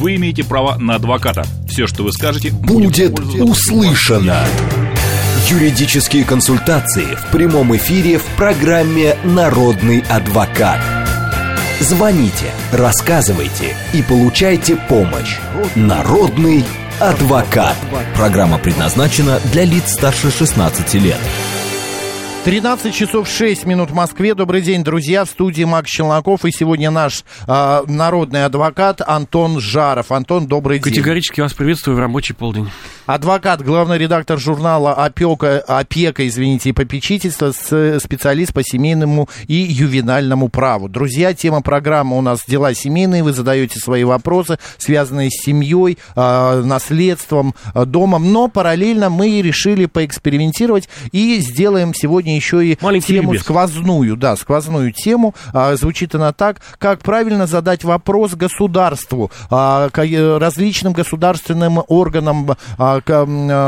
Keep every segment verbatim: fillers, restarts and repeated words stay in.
вы имеете право на адвоката. Все, что вы скажете, будет услышано. Юридические консультации в прямом эфире в программе «Народный адвокат». Звоните, рассказывайте и получайте помощь. Народный адвокат. Программа предназначена для лиц старше шестнадцати лет. тринадцать часов шесть минут в Москве. Добрый день, друзья. В студии Макс Челноков. И сегодня наш э, народный адвокат Антон Жаров. Антон, добрый день. Категорически вас приветствую в рабочий полдень. Адвокат, главный редактор журнала «Опека», «Опека», извините, и попечительство, специалист по семейному и ювенальному праву. Друзья, тема программы у нас «Дела семейные». Вы задаете свои вопросы, связанные с семьей, э, наследством, э, домом. Но параллельно мы решили поэкспериментировать и сделаем сегодня еще и маленький тему ликбез. сквозную, да, сквозную тему. А, звучит она так: как правильно задать вопрос государству, а, к, различным государственным органам, а, к,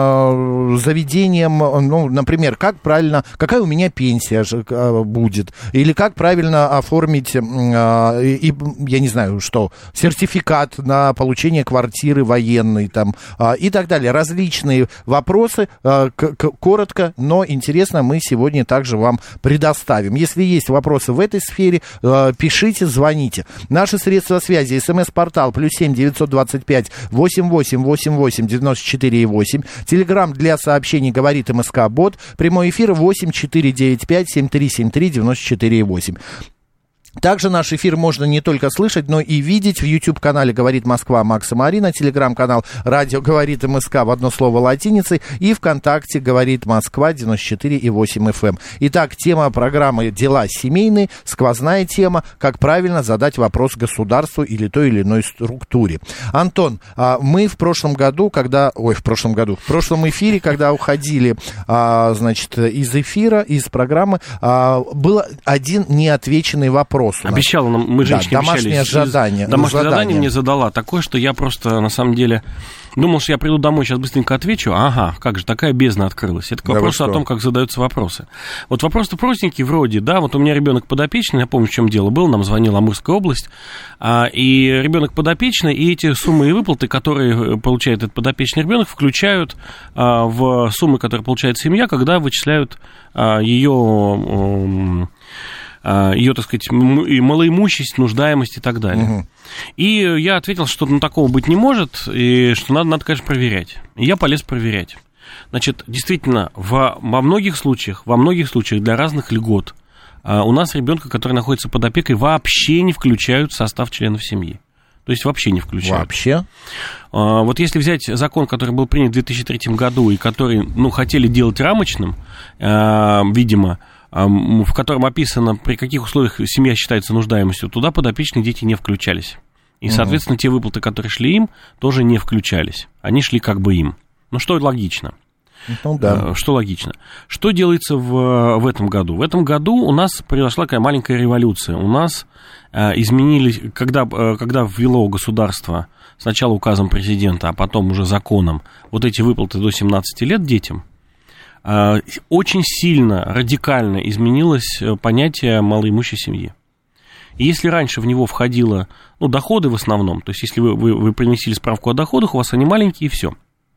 а, заведениям, ну, например, как правильно, какая у меня пенсия же, а, будет, или как правильно оформить, а, и, я не знаю, что, сертификат на получение квартиры военной, там, а, и так далее. Различные вопросы, а, к, к, коротко, но интересно, мы сегодня также вам предоставим. Если есть вопросы в этой сфере, э, пишите, звоните. Наши средства связи: смс-портал плюс семь девятьсот двадцать пять восемь восемь восемь восемь девяносто четыре восемь. Телеграм для сообщений «Говорит МСК-бот». Прямой эфир восемь четыре девять пять семь три семь три девяносто четыре восемь. Также наш эфир можно не только слышать, но и видеть в YouTube-канале «Говорит Москва» Макса Марина, телеграм-канал «Радио говорит МСК» в одно слово латиницей, и ВКонтакте «Говорит Москва» девяносто четыре и восемь эф эм. Итак, тема программы «Дела семейные», сквозная тема: как правильно задать вопрос государству или той или иной структуре. Антон, мы в прошлом году, когда... Ой, в прошлом году, в прошлом эфире, когда уходили, значит, из эфира, из программы, был один неотвеченный вопрос. Обещала нам, мы женщине да, домашнее обещали. Задание, домашнее задание. задание мне задала такое, что я просто, на самом деле, думал, что я приду домой, сейчас быстренько отвечу. Ага, как же, такая бездна открылась. Это к вопросу о том, как задаются вопросы. Вот вопрос-то простенький вроде, да, вот у меня ребенок подопечный, я помню, в чем дело было, нам звонила Амурская область, а, и ребенок подопечный, и эти суммы и выплаты, которые получает этот подопечный ребенок, включают а, в суммы, которые получает семья, когда вычисляют а, ее... ее, так сказать, и малоимущесть, нуждаемость и так далее. Угу. И я ответил, что ну, такого быть не может, и что надо, надо, конечно, проверять. И я полез проверять. Значит, действительно, во, во многих случаях, во многих случаях для разных льгот а, у нас ребенка, который находится под опекой, вообще не включают в состав членов семьи. То есть вообще не включают. Вообще? А, вот если взять закон, который был принят в две тысячи третьем году, и который, ну, хотели делать рамочным, а, видимо, в котором описано, при каких условиях семья считается нуждаемостью, туда подопечные дети не включались. И, соответственно, угу. те выплаты, которые шли им, тоже не включались. Они шли как бы им. Ну, что логично. Ну, да. Что логично. Что делается в, в этом году? В этом году у нас произошла такая маленькая революция. У нас изменились, когда, когда ввело государство сначала указом президента, а потом уже законом вот эти выплаты до семнадцати лет детям, очень сильно, радикально изменилось понятие малоимущей семьи. И если раньше в него входило, ну, доходы в основном, то есть если вы, вы, вы принесли справку о доходах, у вас они маленькие, и все,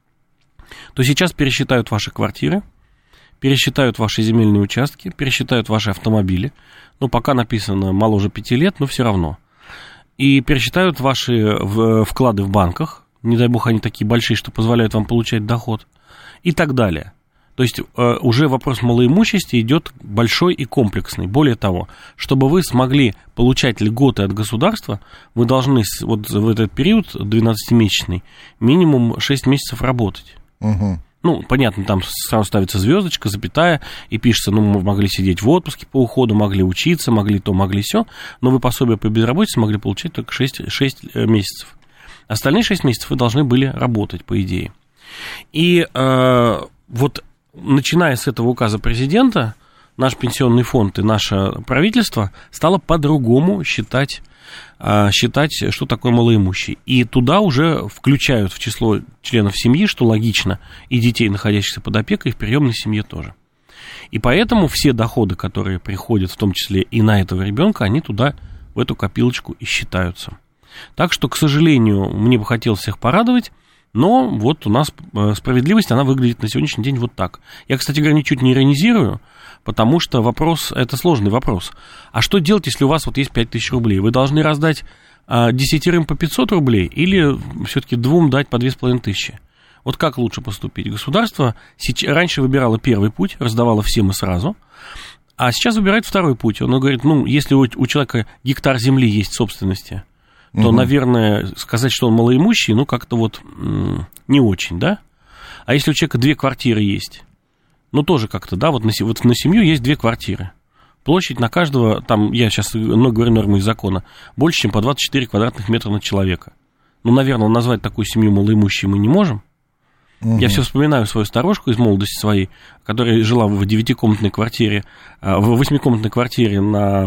то сейчас пересчитают ваши квартиры, пересчитают ваши земельные участки, пересчитают ваши автомобили, ну, пока написано моложе пяти лет, но все равно, и пересчитают ваши вклады в банках, не дай бог они такие большие, что позволяют вам получать доход, и так далее. То есть уже вопрос малоимущести идет большой и комплексный. Более того, чтобы вы смогли получать льготы от государства, вы должны вот в этот период двенадцатимесячный минимум шесть месяцев работать. Угу. Ну, понятно, там сразу ставится звездочка, запятая, и пишется, ну, мы могли сидеть в отпуске по уходу, могли учиться, могли то, могли сё, но вы пособие по безработице могли получать только шесть, шесть месяцев. Остальные шесть месяцев вы должны были работать, по идее. И э, вот... начиная с этого указа президента, наш пенсионный фонд и наше правительство стало по-другому считать, считать, что такое малоимущий. И туда уже включают в число членов семьи, что логично, и детей, находящихся под опекой, и в приемной семье тоже. И поэтому все доходы, которые приходят, в том числе и на этого ребенка, они туда, в эту копилочку, и считаются. Так что, к сожалению, мне бы хотелось всех порадовать, но вот у нас справедливость, она выглядит на сегодняшний день вот так. Я, кстати говоря, ничуть не иронизирую, потому что вопрос, это сложный вопрос. А что делать, если у вас вот есть пять тысяч рублей? Вы должны раздать а, десятерым по пятьсот рублей или все-таки двум дать по две с половиной тысячи? Вот как лучше поступить? Государство сейчас, раньше выбирало первый путь, раздавало всем и сразу, а сейчас выбирает второй путь. Он говорит, ну, если у, у человека гектар земли есть собственности, то, угу. наверное, сказать, что он малоимущий, ну, как-то вот м- не очень, да? А если у человека две квартиры есть, ну, тоже как-то, да, вот на, вот на семью есть две квартиры. Площадь на каждого, там, я сейчас много говорю нормы из закона, больше, чем по двадцать четыре квадратных метра на человека. Ну, наверное, назвать такую семью малоимущей мы не можем. Угу. Я все вспоминаю свою старушку из молодости своей, которая жила в девятикомнатной квартире, в восьмикомнатной квартире на,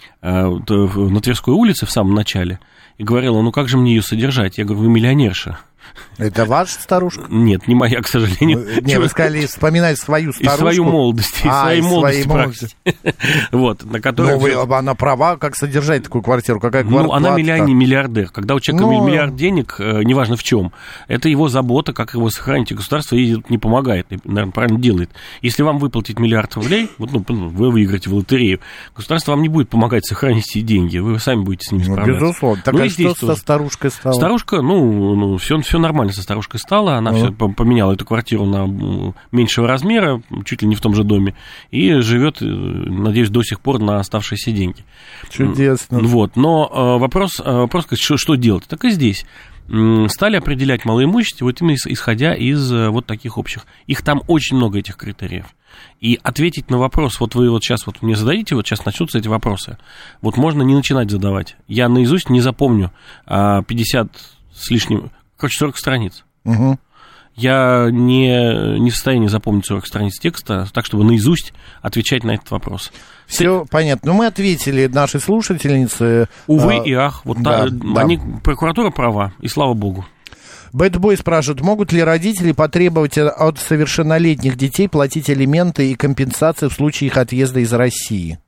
на Тверской улице в самом начале, и говорила, ну как же мне ее содержать? Я говорю, вы миллионерша. Это ваша старушка? Нет, не моя, к сожалению. Не, вы сказали, вспоминать свою старушку. И свою молодость, и а, своей молодости. молодости. Вот, на которой... Ну, вы, она права, как содержать такую квартиру? Какая ну, она миллионер, миллиардер. Когда у человека ну... миллиард денег, неважно в чем, это его забота, как его сохранить. И государство ей не помогает, наверное, правильно делает. Если вам выплатить миллиард рублей, вот, ну, вы выиграете в лотерею, государство вам не будет помогать сохранить эти деньги, вы сами будете с ними справляться. Ну, безусловно. Так ну, а что со старушкой стало? Старушка, ну, ну все, все нормально со старушкой стало, она uh-huh. все поменяла эту квартиру на меньшего размера, чуть ли не в том же доме, и живет, надеюсь, до сих пор на оставшиеся деньги. Чудесно. Вот, но вопрос, вопрос что, что делать? Так и здесь. Стали определять малоимущество вот именно исходя из вот таких общих. Их там очень много, этих критериев. И ответить на вопрос, вот вы вот сейчас вот мне зададите, вот сейчас начнутся эти вопросы, вот можно не начинать задавать. Я наизусть не запомню пятьдесят с лишним, короче, сорок страниц. Угу. Я не, не в состоянии запомнить сорок страниц текста, так, чтобы наизусть отвечать на этот вопрос. Все Ты... понятно. Ну, мы ответили нашей слушательнице. Увы а... и ах. Вот да, та... да. Они... Прокуратура права, и слава богу. Бэтбой спрашивает, могут ли родители потребовать от совершеннолетних детей платить алименты и компенсации в случае их отъезда из России?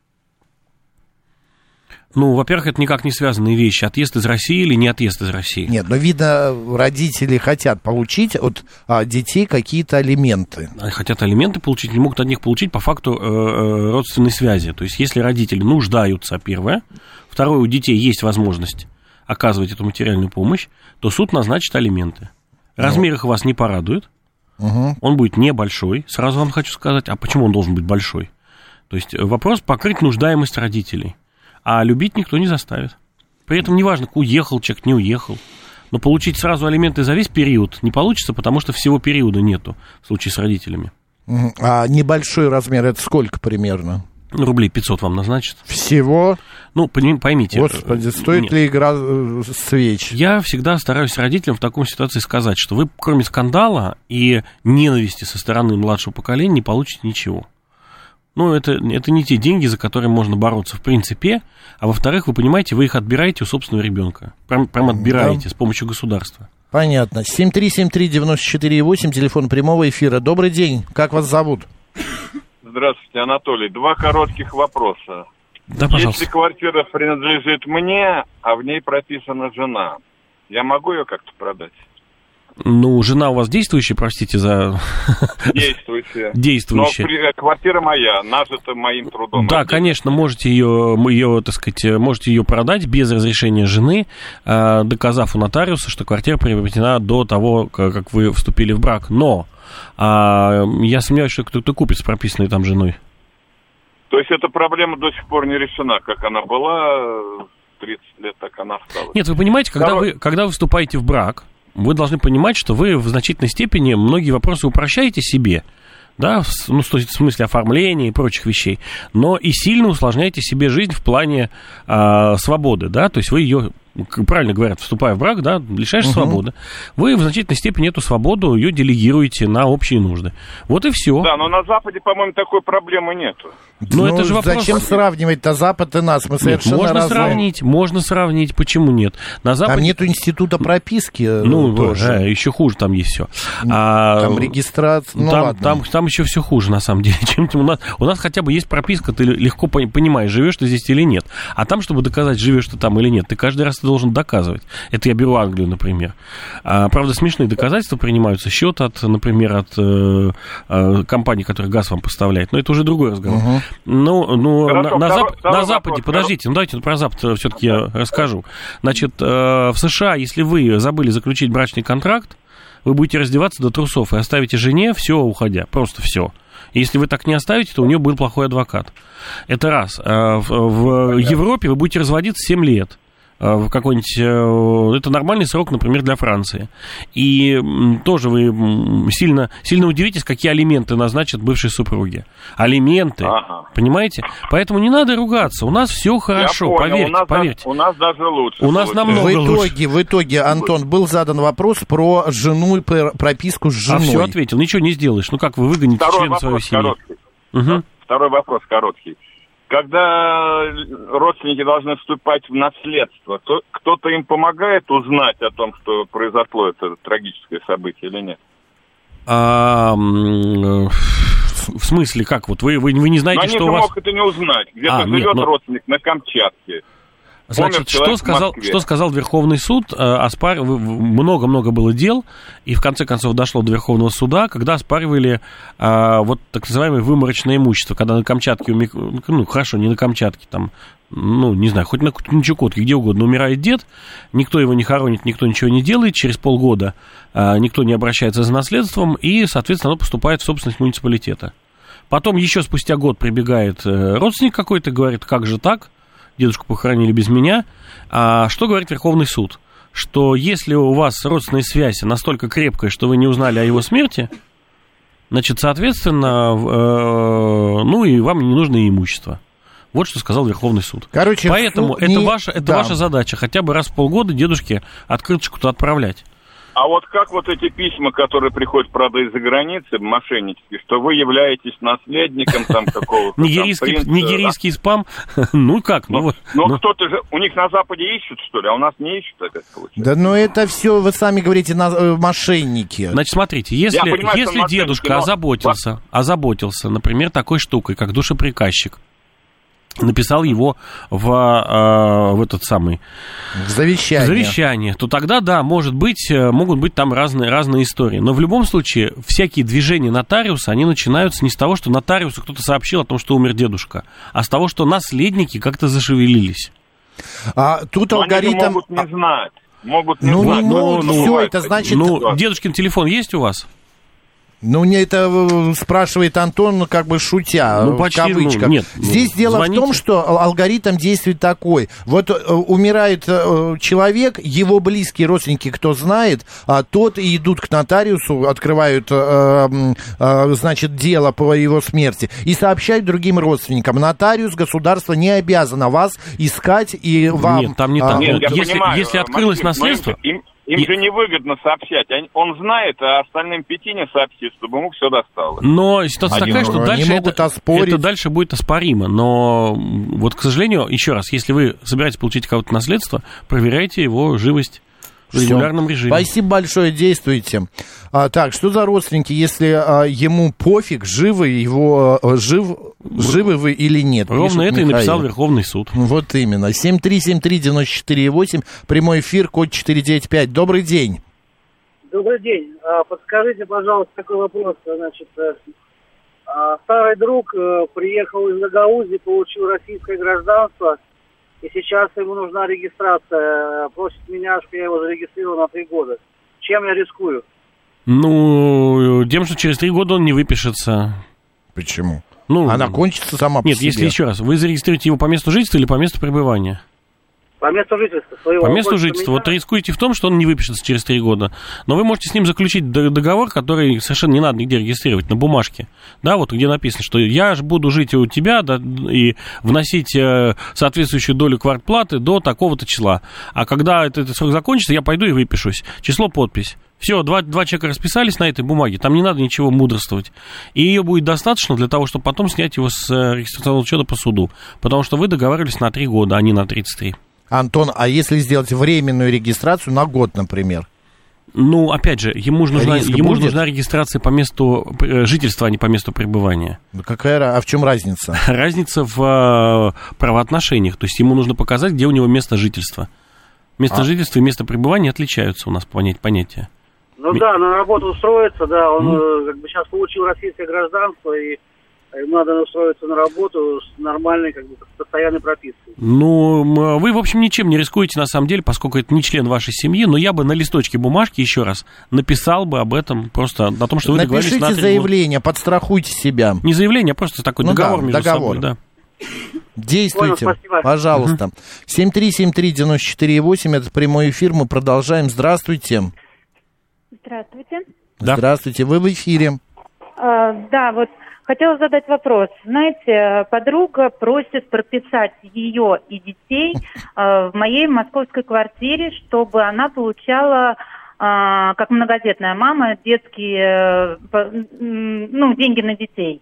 Ну, во-первых, это никак не связанные вещи. Отъезд из России или не отъезд из России? Нет, но, видно, родители хотят получить от а, детей какие-то алименты. Хотят алименты получить, не могут от них получить по факту э, родственной связи. То есть, если родители нуждаются, первое. Второе, у детей есть возможность оказывать эту материальную помощь, то суд назначит алименты. Размер ну. их вас не порадует. Угу. Он будет небольшой, сразу вам хочу сказать. А почему он должен быть большой? То есть, вопрос покрыть нуждаемость родителей. А любить никто не заставит. При этом неважно, уехал человек, не уехал. Но получить сразу алименты за весь период не получится, потому что всего периода нету в случае с родителями. А небольшой размер, это сколько примерно? Рублей пятьсот вам назначат. Всего? Ну, поймите. Господи, стоит нет. ли игра свеч? Я всегда стараюсь родителям в такой ситуации сказать, что вы, кроме скандала и ненависти со стороны младшего поколения, не получите ничего. Ну, это, это не те деньги, за которые можно бороться в принципе, а во-вторых, вы понимаете, вы их отбираете у собственного ребенка. Прям, прям отбираете да. с помощью государства. Понятно. семь три семь три девяносто четыре восемь, телефон прямого эфира. Добрый день, как вас зовут? Здравствуйте, Анатолий. Два коротких вопроса. Да, пожалуйста. Если квартира принадлежит мне, а в ней прописана жена, я могу ее как-то продать? Ну, жена у вас действующая, простите за... Действующая. Действующая. Но при... квартира моя, нажита моим трудом. Да, конечно, можете ее, ее, так сказать, можете ее продать без разрешения жены, доказав у нотариуса, что квартира приобретена до того, как вы вступили в брак. Но я сомневаюсь, что кто-то купит с прописанной там женой. То есть эта проблема до сих пор не решена, как она была тридцать лет, так она осталась. Нет, вы понимаете, когда, Второй... вы, когда вы вступаете в брак, вы должны понимать, что вы в значительной степени многие вопросы упрощаете себе, да, ну, в смысле оформления и прочих вещей, но и сильно усложняете себе жизнь в плане э, свободы, да, то есть вы ее, правильно говорят, вступая в брак, да, лишаешь угу. свободы, вы в значительной степени эту свободу ее делегируете на общие нужды. Вот и все. Да, но на Западе, по-моему, такой проблемы нету. Ну, это же вопрос... Зачем сравнивать-то Запад и нас? Мы совершенно нет, можно разные. сравнить, можно сравнить, почему нет? На Западе... Там нету института прописки. Ну, тоже. Да, еще хуже там есть все. А, там регистрация, ну там, ладно. Там, там еще все хуже, на самом деле, чем у нас. У нас хотя бы есть прописка, ты легко понимаешь, живешь ты здесь или нет. А там, чтобы доказать, живешь ты там или нет, ты каждый раз ты должен доказывать. Это я беру Англию, например. А, правда, смешные доказательства принимаются. Счет от, например, от э, э, компании, которая газ вам поставляет. Но это уже другой разговор. Uh-huh. Ну, ну, Хорошо, на, на, второй, Зап- второй на Западе, вопрос, подождите, ну давайте про Запад все-таки я расскажу. Значит, э, в США, если вы забыли заключить брачный контракт, вы будете раздеваться до трусов и оставите жене все, уходя. Просто все. Если вы так не оставите, то у нее будет плохой адвокат. Это раз. В, в Европе вы будете разводиться семь лет. В какой-нибудь... Это нормальный срок, например, для Франции. И тоже вы сильно, сильно удивитесь, какие алименты назначат бывшие супруги. Алименты, ага. Понимаете? Поэтому не надо ругаться. У нас все хорошо, Я понял. поверьте, у нас, поверьте. У нас даже лучше. У нас намного в итоге, лучше. В итоге, Антон, был задан вопрос про жену и про прописку с женой. А все ответил. Ничего не сделаешь. Ну как вы выгоните Второй члена своей семьи? Короткий. Угу. Второй вопрос короткий. Когда родственники должны вступать в наследство, то кто-то им помогает узнать о том, что произошло это трагическое событие или нет? А, в смысле, как вот? Вы, вы, вы не знаете, Но они что же у вас... могут это не узнать. Где-то а, живет нет, но... родственник на Камчатке. Значит, что сказал, что сказал Верховный суд? Оспар... Много-много было дел, и в конце концов дошло до Верховного суда, когда оспаривали а, вот так называемое выморочное имущество, когда на Камчатке, ну, хорошо, не на Камчатке, там, ну, не знаю, хоть на, на Чукотке, где угодно, умирает дед, никто его не хоронит, никто ничего не делает, через полгода а, никто не обращается за наследством, и, соответственно, оно поступает в собственность муниципалитета. Потом еще спустя год прибегает родственник какой-то, говорит, как же так? Дедушку похоронили без меня. А что говорит Верховный суд? Что если у вас родственная связь настолько крепкая, что вы не узнали о его смерти, значит, соответственно, э, ну и вам не нужно имущество. Вот что сказал Верховный суд. Короче, поэтому ну, это, не... ваша, это да. ваша задача, хотя бы раз в полгода дедушке открыточку-то отправлять. А вот как вот эти письма, которые приходят, правда, из-за границы, мошеннические, что вы являетесь наследником там какого-то нигерийский, принца... Нигерийский спам? Ну как? Ну, ну кто-то же... У них на Западе ищут, что ли, а у нас не ищут, опять получается. Да ну это все, вы сами говорите, на, э, мошенники. Значит, смотрите, если, понимаю, если дедушка но... озаботился, озаботился, например, такой штукой, как душеприказчик, написал его в, э, в этот самый... В завещание. В завещание, то тогда, да, может быть, могут быть там разные, разные истории. Но в любом случае, всякие движения нотариуса, они начинаются не с того, что нотариусу кто-то сообщил о том, что умер дедушка, а с того, что наследники как-то зашевелились. А тут но алгоритм... Они могут не знать. Могут не ну, знать. Ну, ну, все, это значит... Ну, дедушкин телефон есть у вас? Ну, мне это спрашивает Антон, ну, как бы шутя, ну, в почти, кавычках. Ну, нет, Здесь ну, дело звоните. в том, что алгоритм действует такой. Вот э, умирает э, человек, его близкие родственники, кто знает, а тот и идут к нотариусу, открывают, э, э, значит, дело по его смерти и сообщают другим родственникам. Нотариус, государство не обязано вас искать и вам... Нет, там не так. Нет, я если, понимаю, если открылось Максим, наследство... Им, им и... же невыгодно сообщать. Он знает, а остальным пяти не сообщит, чтобы ему все досталось. Но ситуация они такая, что дальше это, это дальше будет оспоримо. Но вот, к сожалению, еще раз, если вы собираетесь получить кого-то наследство, проверяйте его живость в регулярном режиме. Спасибо большое, действуйте. А, так, что за родственники, если а, ему пофиг, живы его, а, жив, живы вы или нет? Ровно это Михаил. И написал Верховный суд. Вот именно. семь три семь три девять четыре восемь, прямой эфир, код четыре девять пять. Добрый день. Добрый день. Подскажите, пожалуйста, такой вопрос. Значит, старый друг приехал из Гагаузии, получил российское гражданство, и сейчас ему нужна регистрация. Просит меня, чтобы я его зарегистрировал на три года. Чем я рискую? Ну, тем, что через три года он не выпишется. Почему? Ну, она кончится сама по нет, себе. Нет, если еще раз, вы зарегистрируете его по месту жительства или по месту пребывания? По месту жительства своего. По месту жительства. Вот рискуете в том, что он не выпишется через три года. Но вы можете с ним заключить договор, который совершенно не надо нигде регистрировать, на бумажке. Да, вот где написано, что я же буду жить у тебя, да, и вносить э, соответствующую долю квартплаты до такого-то числа. А когда этот, этот срок закончится, я пойду и выпишусь. Число, подпись. Все, два, два человека расписались на этой бумаге, там не надо ничего мудрствовать. И ее будет достаточно для того, чтобы потом снять его с регистрационного учета по суду. Потому что вы договаривались на три года, а не на тридцать три. Антон, а если сделать временную регистрацию на год, например? Ну, опять же, ему, нужна, ему нужна регистрация по месту жительства, а не по месту пребывания. Ну, какая, а в чем разница? Разница в правоотношениях. То есть ему нужно показать, где у него место жительства. Место А. жительства и место пребывания отличаются у нас понять, понятия. Ну Ми- да, на работу устроиться, да, он Ну. э, как бы сейчас получил российское гражданство, и ему надо устроиться на работу с нормальной, как бы, постоянной пропиской. Ну, м, вы, в общем, ничем не рискуете, на самом деле, поскольку это не член вашей семьи, но я бы на листочке бумажки еще раз написал бы об этом, просто о том, что вы договорились на Напишите три года. заявление, подстрахуйте себя. Не заявление, а просто такой Ну договор да, между договор. собой, да. Действуйте, Понял, спасибо. пожалуйста. семь три семь три девяносто четыре восемь, это прямой эфир, мы продолжаем. Здравствуйте. Здравствуйте. Да. Здравствуйте, вы в эфире. А, да, вот хотела задать вопрос. Знаете, подруга просит прописать ее и детей а, в моей московской квартире, чтобы она получала, а, как многодетная мама, детские, э, по- м, ну, деньги на детей.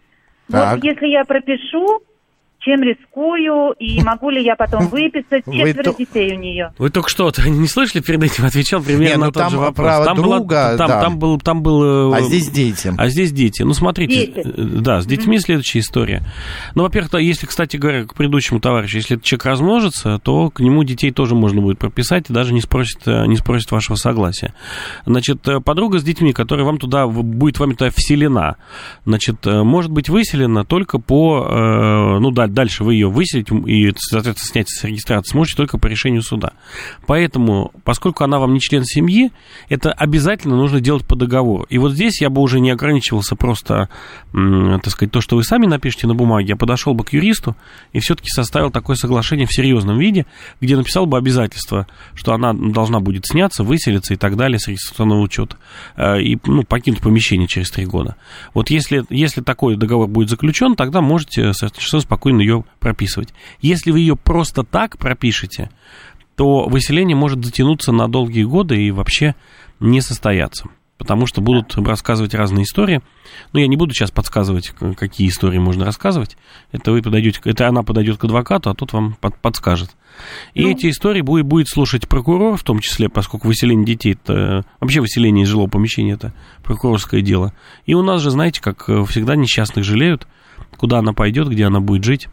Так. Вот если я пропишу, чем рискую, и могу ли я потом выписать Вы четверо то- детей у нее? Вы только что не слышали перед этим, отвечал примерно Не, ну на тот там же вопрос. право Там, была- друга, там, да. там был, там был... э, А здесь дети. А здесь дети. Ну, смотрите, Дети. э, да, с детьми следующая история. Ну, во-первых, то, если, кстати говоря, к предыдущему товарищу, если этот человек размножится, то к нему детей тоже можно будет прописать и даже не спросит, э, не спросит вашего согласия. Значит, э, подруга с детьми, которая вам туда, в- будет вами туда вселена, значит, э, может быть выселена только по, э, ну, да, дальше вы ее выселите и, соответственно, снять с регистрации сможете только по решению суда. Поэтому, поскольку она вам не член семьи, это обязательно нужно делать по договору. И вот здесь я бы уже не ограничивался просто, м, так сказать, то, что вы сами напишите на бумаге, я подошел бы к юристу и все-таки составил такое соглашение в серьезном виде, где написал бы обязательство, что она должна будет сняться, выселиться и так далее с регистрационного учета э, и, ну, покинуть помещение через три года. Вот если, если такой договор будет заключен, тогда можете совершенно спокойно ее прописывать. Если вы ее просто так пропишете, то выселение может затянуться на долгие годы и вообще не состояться. Потому что будут рассказывать разные истории. Но я не буду сейчас подсказывать, какие истории можно рассказывать. Это вы подойдете, это она подойдет к адвокату, а тот вам под, подскажет. И ну, эти истории будет, будет слушать прокурор, в том числе, поскольку выселение детей, это, вообще выселение из жилого помещения, это прокурорское дело. И у нас же, знаете, как всегда, несчастных жалеют, куда она пойдет, где она будет жить.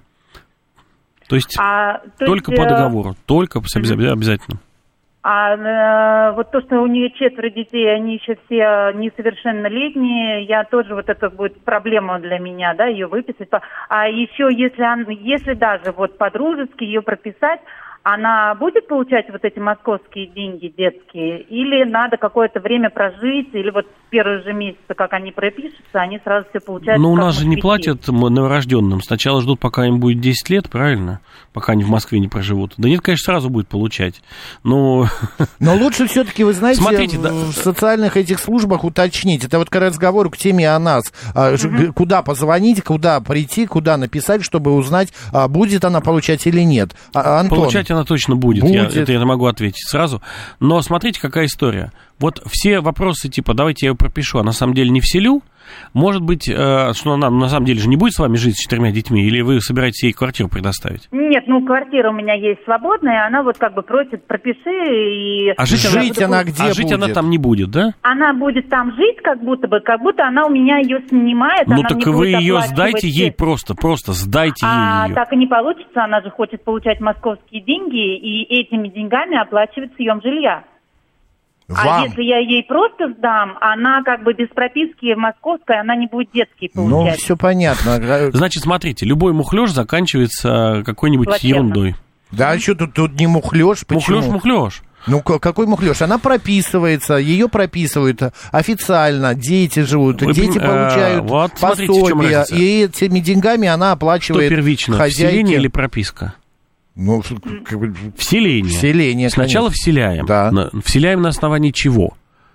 То есть А, то только есть, по договору, только mm-hmm. обязательно. А э, вот то, что у нее четверо детей, они еще все несовершеннолетние, я тоже, вот это будет проблема для меня, да, ее выписать. А еще, если, он, если даже вот по-дружески ее прописать, она будет получать вот эти московские деньги детские, или надо какое-то время прожить, или вот первые же месяцы, как они пропишутся, они сразу все получают? Ну, у нас же не платят новорожденным. Сначала ждут, пока им будет десять лет, правильно? Пока они в Москве не проживут. Да нет, конечно, сразу будет получать. Но, Но лучше все-таки, вы знаете, Смотрите, в, да. в социальных этих службах уточнить. Это вот к разговору к теме о нас. Угу. Куда позвонить, куда прийти, куда написать, чтобы узнать, будет она получать или нет. Антон. Получать она точно будет, будет. Я, это я могу ответить сразу. Но смотрите, какая история. Вот все вопросы типа, давайте я ее пропишу, а на самом деле не вселю. Может быть, э, что она на самом деле же не будет с вами жить с четырьмя детьми, или вы собираетесь ей квартиру предоставить? Нет, ну квартира у меня есть свободная, она вот как бы просит, пропиши и... А жить, жить она, она, она где а жить будет? она там не будет, да? Она будет там жить, как будто бы, как будто она у меня ее снимает. Ну она так мне вы будет ее оплачивать сдайте ей все. просто, просто сдайте А ей ее. так и не получится, она же хочет получать московские деньги и этими деньгами оплачивать съем жилья. Вам. А если я ей просто сдам, она как бы без прописки в московской, она не будет детские получать. Ну, все понятно. Значит, смотрите, любой мухлёж заканчивается какой-нибудь Плачевно. ерундой. Да, а что тут, тут не мухлёж? Почему? Мухлёж, мухлёж. Ну, какой мухлёж? Она прописывается, ее прописывают официально, дети живут, Вы дети пон- получают а, вот смотрите, в чём пособия, разница. и этими деньгами она Что оплачивает первично, хозяйке. вселение или прописка? Ну, как бы, Вселение. вселение, Сначала конечно. вселяем. Да. На- Вселяем на основании чего?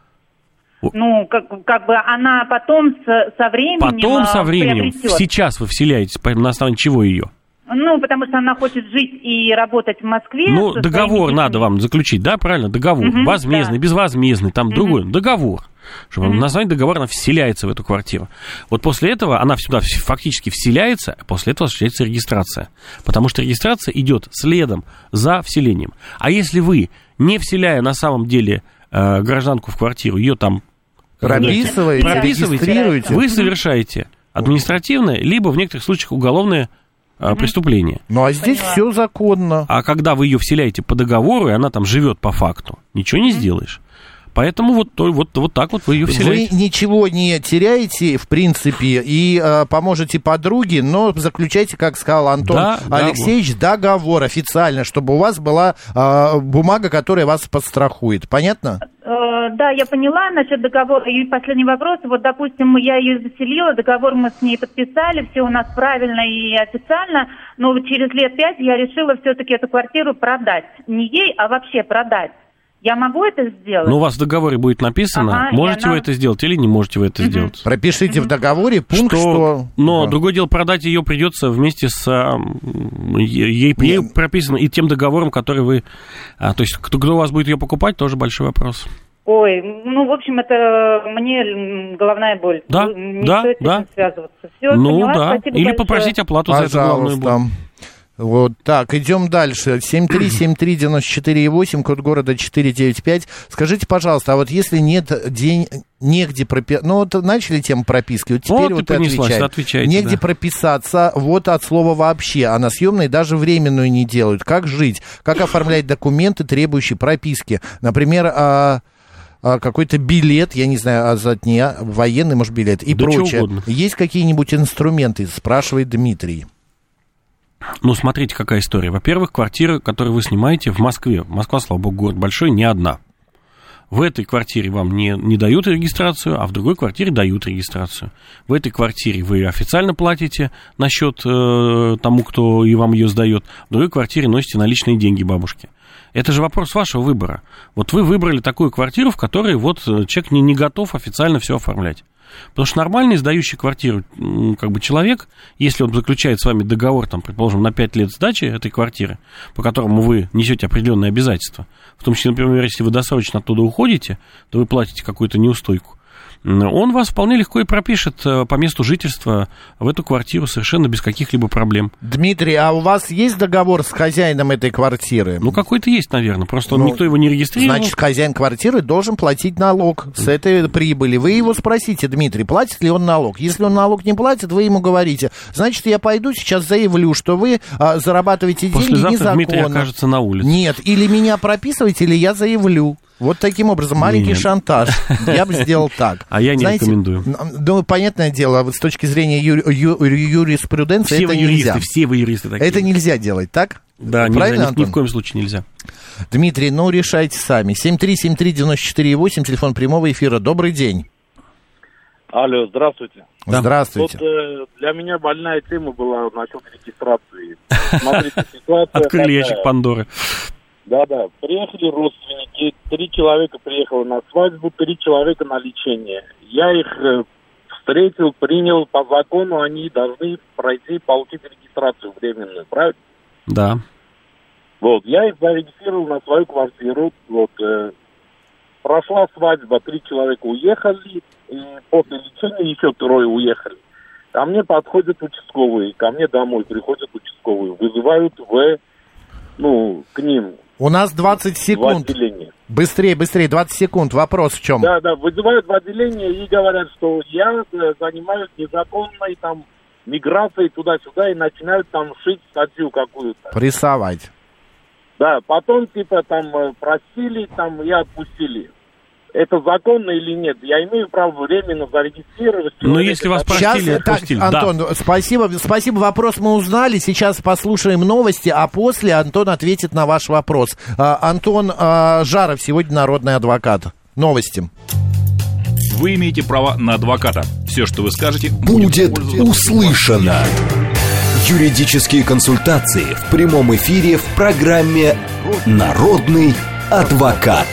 Ну, как, как бы она потом со, со временем Потом со а, временем, приобретет. сейчас вы вселяетесь, по- на основании чего ее? Ну, потому что она хочет жить и работать в Москве. Ну, со договор своими надо детьми. вам заключить, да, правильно? Договор. Мгм, Возмездный, да. безвозмездный, там Мгм. другой. Договор. Чтобы Мгм. на основании договора она вселяется в эту квартиру. Вот после этого она сюда фактически вселяется, а после этого осуществляется регистрация. Потому что регистрация идет следом за вселением. А если вы, не вселяя на самом деле э, гражданку в квартиру, ее там Прописываете, прописываете, регистрируете. вы совершаете административное, либо в некоторых случаях уголовное а, преступление. Ну, а здесь Поняла. все законно. А когда вы ее вселяете по договору, и она там живет по факту, ничего не сделаешь. Поэтому вот, то, вот, вот так вот вы ее вселяете. Вы ничего не теряете, в принципе, и э, поможете подруге, но заключайте, как сказал Антон Да, Алексеевич, договор. договор официально, чтобы у вас была э, бумага, которая вас подстрахует. Понятно? Э, Да, я поняла насчет договора. И последний вопрос. Вот, допустим, я ее заселила, договор мы с ней подписали, все у нас правильно и официально, но вот через лет пять я решила все-таки эту квартиру продать. Не ей, а вообще продать. Я могу это сделать? Но у вас в договоре будет написано, Ага, можете она... вы это сделать или не можете вы это Мгм. сделать. Пропишите в договоре пункт, что... что... Но Да. другое дело, продать ее придется вместе с... а, Ей, ей прописано и тем договором, который вы... А, то есть, кто, кто у вас будет ее покупать, тоже большой вопрос. Ой, ну, в общем, это мне м, головная боль. Да, Не да, стоит с да. этим связываться. Все, Ну поняла, да, спасибо или большое. попросить оплату за эту головную боль. Пожалуйста. Вот так, идем дальше. семь три семь три девяносто четыре восемь, код города четыреста девяносто пять. Скажите, пожалуйста, а вот если нет день, негде прописаться... Ну, вот начали тему прописки, вот теперь Вот вот и понеслась, отвечай. отвечайте, Негде да. прописаться, вот от слова вообще, а на съемной даже временную не делают. Как жить? Как оформлять документы, требующие прописки? Например, а... какой-то билет, я не знаю, а за дня, военный, может, билет и Да чего прочее. угодно. Есть какие-нибудь инструменты, спрашивает Дмитрий. Ну, смотрите, какая история. Во-первых, квартира, которую вы снимаете в Москве. Москва, слава богу, город большой, не одна. В этой квартире вам не, не дают регистрацию, а в другой квартире дают регистрацию. В этой квартире вы официально платите на счет э, тому, кто и вам ее сдает. В другой квартире носите наличные деньги бабушке. Это же вопрос вашего выбора. Вот вы выбрали такую квартиру, в которой вот человек не, не готов официально все оформлять. Потому что нормальный сдающий квартиру как бы человек, если он заключает с вами договор, там, предположим, на пять лет сдачи этой квартиры, по которому вы несете определенные обязательства, в том числе, например, если вы досрочно оттуда уходите, то вы платите какую-то неустойку, он вас вполне легко и пропишет по месту жительства в эту квартиру совершенно без каких-либо проблем. Дмитрий, а у вас есть договор с хозяином этой квартиры? Ну, какой-то есть, наверное, просто Ну, никто его не регистрировал. Значит, хозяин квартиры должен платить налог с этой прибыли. Вы его спросите, Дмитрий, платит ли он налог. Если он налог не платит, вы ему говорите, значит, я пойду сейчас заявлю, что вы а, зарабатываете деньги Послезавтра незаконно. Дмитрий окажется на улице. Нет, или меня прописывайте, или я заявлю. Вот таким образом, маленький Нет. шантаж. Я бы сделал так. А я не Знаете, рекомендую. Ну, понятное дело, вот с точки зрения ю- ю- юриспруденции Все это вы юристы, нельзя. все вы юристы такие. Это нельзя делать, так? Да, Правильно, нельзя, ни, ни Антон? в коем случае нельзя. Дмитрий, ну, решайте сами. семь три семь три девяносто четыре восемь, телефон прямого эфира. Добрый день. Алло, здравствуйте. Да. Здравствуйте. Вот э, для меня больная тема была насчет регистрации. Смотрите, ситуация Открыли такая. ящик Пандоры. Да-да, приехали родственники, три человека приехало на свадьбу, три человека на лечение. Я их э, встретил, принял, по закону они должны пройти, получить регистрацию временную, правильно? Да. Вот, я их зарегистрировал на свою квартиру, вот, э, прошла свадьба, три человека уехали, и после лечения еще трое уехали. Ко мне подходят участковые, ко мне домой приходят участковые, вызывают в, ну, к ним. У нас двадцать В секунд. отделение. Быстрее, быстрее, двадцать секунд. Вопрос в чем? Да, да, вызывают в отделение и говорят, что я э, занимаюсь незаконной там миграцией туда-сюда и начинают там шить статью какую-то. Прессовать. Да, потом типа там э, просили там и отпустили. Это законно или нет? Я имею право временно зарегистрировать. Ну, человека, если вас который- Сейчас, Простили, так, отпустили, Антон, спасибо, спасибо, вопрос мы узнали. Сейчас послушаем новости, а после Антон ответит на ваш вопрос. А, Антон а, Жаров, сегодня народный адвокат. Новости. Вы имеете право на адвоката. Все, что вы скажете, Будет пользоваться- услышано. Юридические консультации в прямом эфире в программе «Народный адвокат».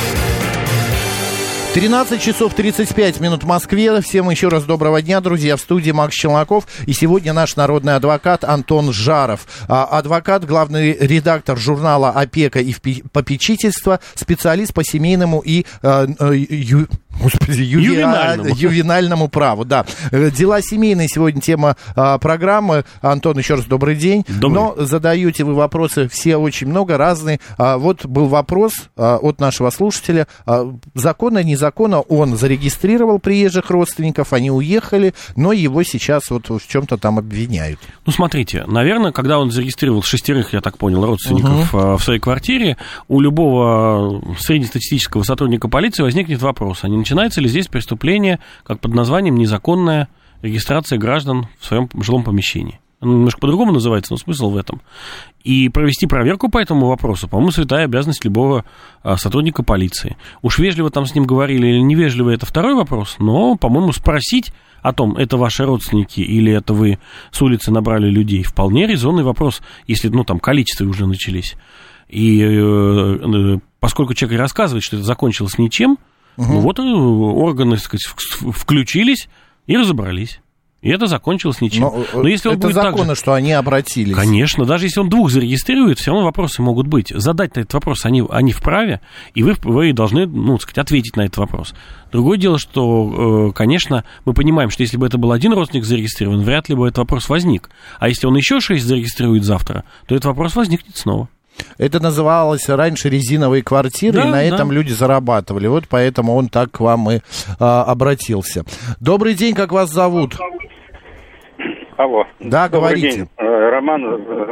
тринадцать часов тридцать пять минут в Москве. Всем еще раз доброго дня, друзья. В студии Макс Челноков. И сегодня наш народный адвокат Антон Жаров. А, адвокат, главный редактор журнала «Опека и попечительство», специалист по семейному и а, а, ю, Господи, юви... Ювенальному. ювенальному праву, да. Дела семейные сегодня тема а, программы. Антон, еще раз добрый день. Добрый. Но задаете вы вопросы все очень много, разные. А, вот был вопрос а, от нашего слушателя. А, законно, незаконно он зарегистрировал приезжих родственников, они уехали, но его сейчас вот в чем-то там обвиняют. Ну, смотрите, наверное, когда он зарегистрировал шестерых, я так понял, родственников uh-huh. в своей квартире, у любого среднестатистического сотрудника полиции возникнет вопрос, а не начинается ли здесь преступление, как под названием незаконная регистрация граждан в своем жилом помещении. Оно немножко по-другому называется, но смысл в этом. И провести проверку по этому вопросу, по-моему, святая обязанность любого а, сотрудника полиции. Уж вежливо там с ним говорили или невежливо, это второй вопрос, но, по-моему, спросить о том, это ваши родственники или это вы с улицы набрали людей, вполне резонный вопрос, если, ну, там, количество уже начались. И э, поскольку человек рассказывает, что это закончилось ничем, угу. ну вот органы, так сказать, включились и разобрались. И это закончилось ничем. Но, Но если он это будет законно, так же... что они обратились. Конечно, даже если он двух зарегистрирует, все равно вопросы могут быть. Задать на этот вопрос они, они вправе, и вы, вы должны, ну, так сказать, ответить на этот вопрос. Другое дело, что, конечно, мы понимаем, что если бы это был один родственник зарегистрирован, вряд ли бы этот вопрос возник. А если он еще шесть зарегистрирует завтра, то этот вопрос возникнет снова. Это называлось раньше резиновые квартиры, да, и на этом да. люди зарабатывали. Вот поэтому он так к вам и а, обратился. Добрый день, как вас зовут? Алло. Да, Добрый говорите. День. Роман,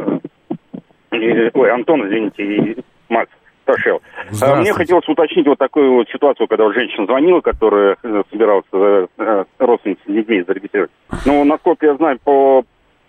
ой, Антон, извините, и Макс Ташел. Мне хотелось уточнить вот такую вот ситуацию, когда вот женщина звонила, которая собиралась родственниц с детьми зарегистрировать. Ну, насколько я знаю, по,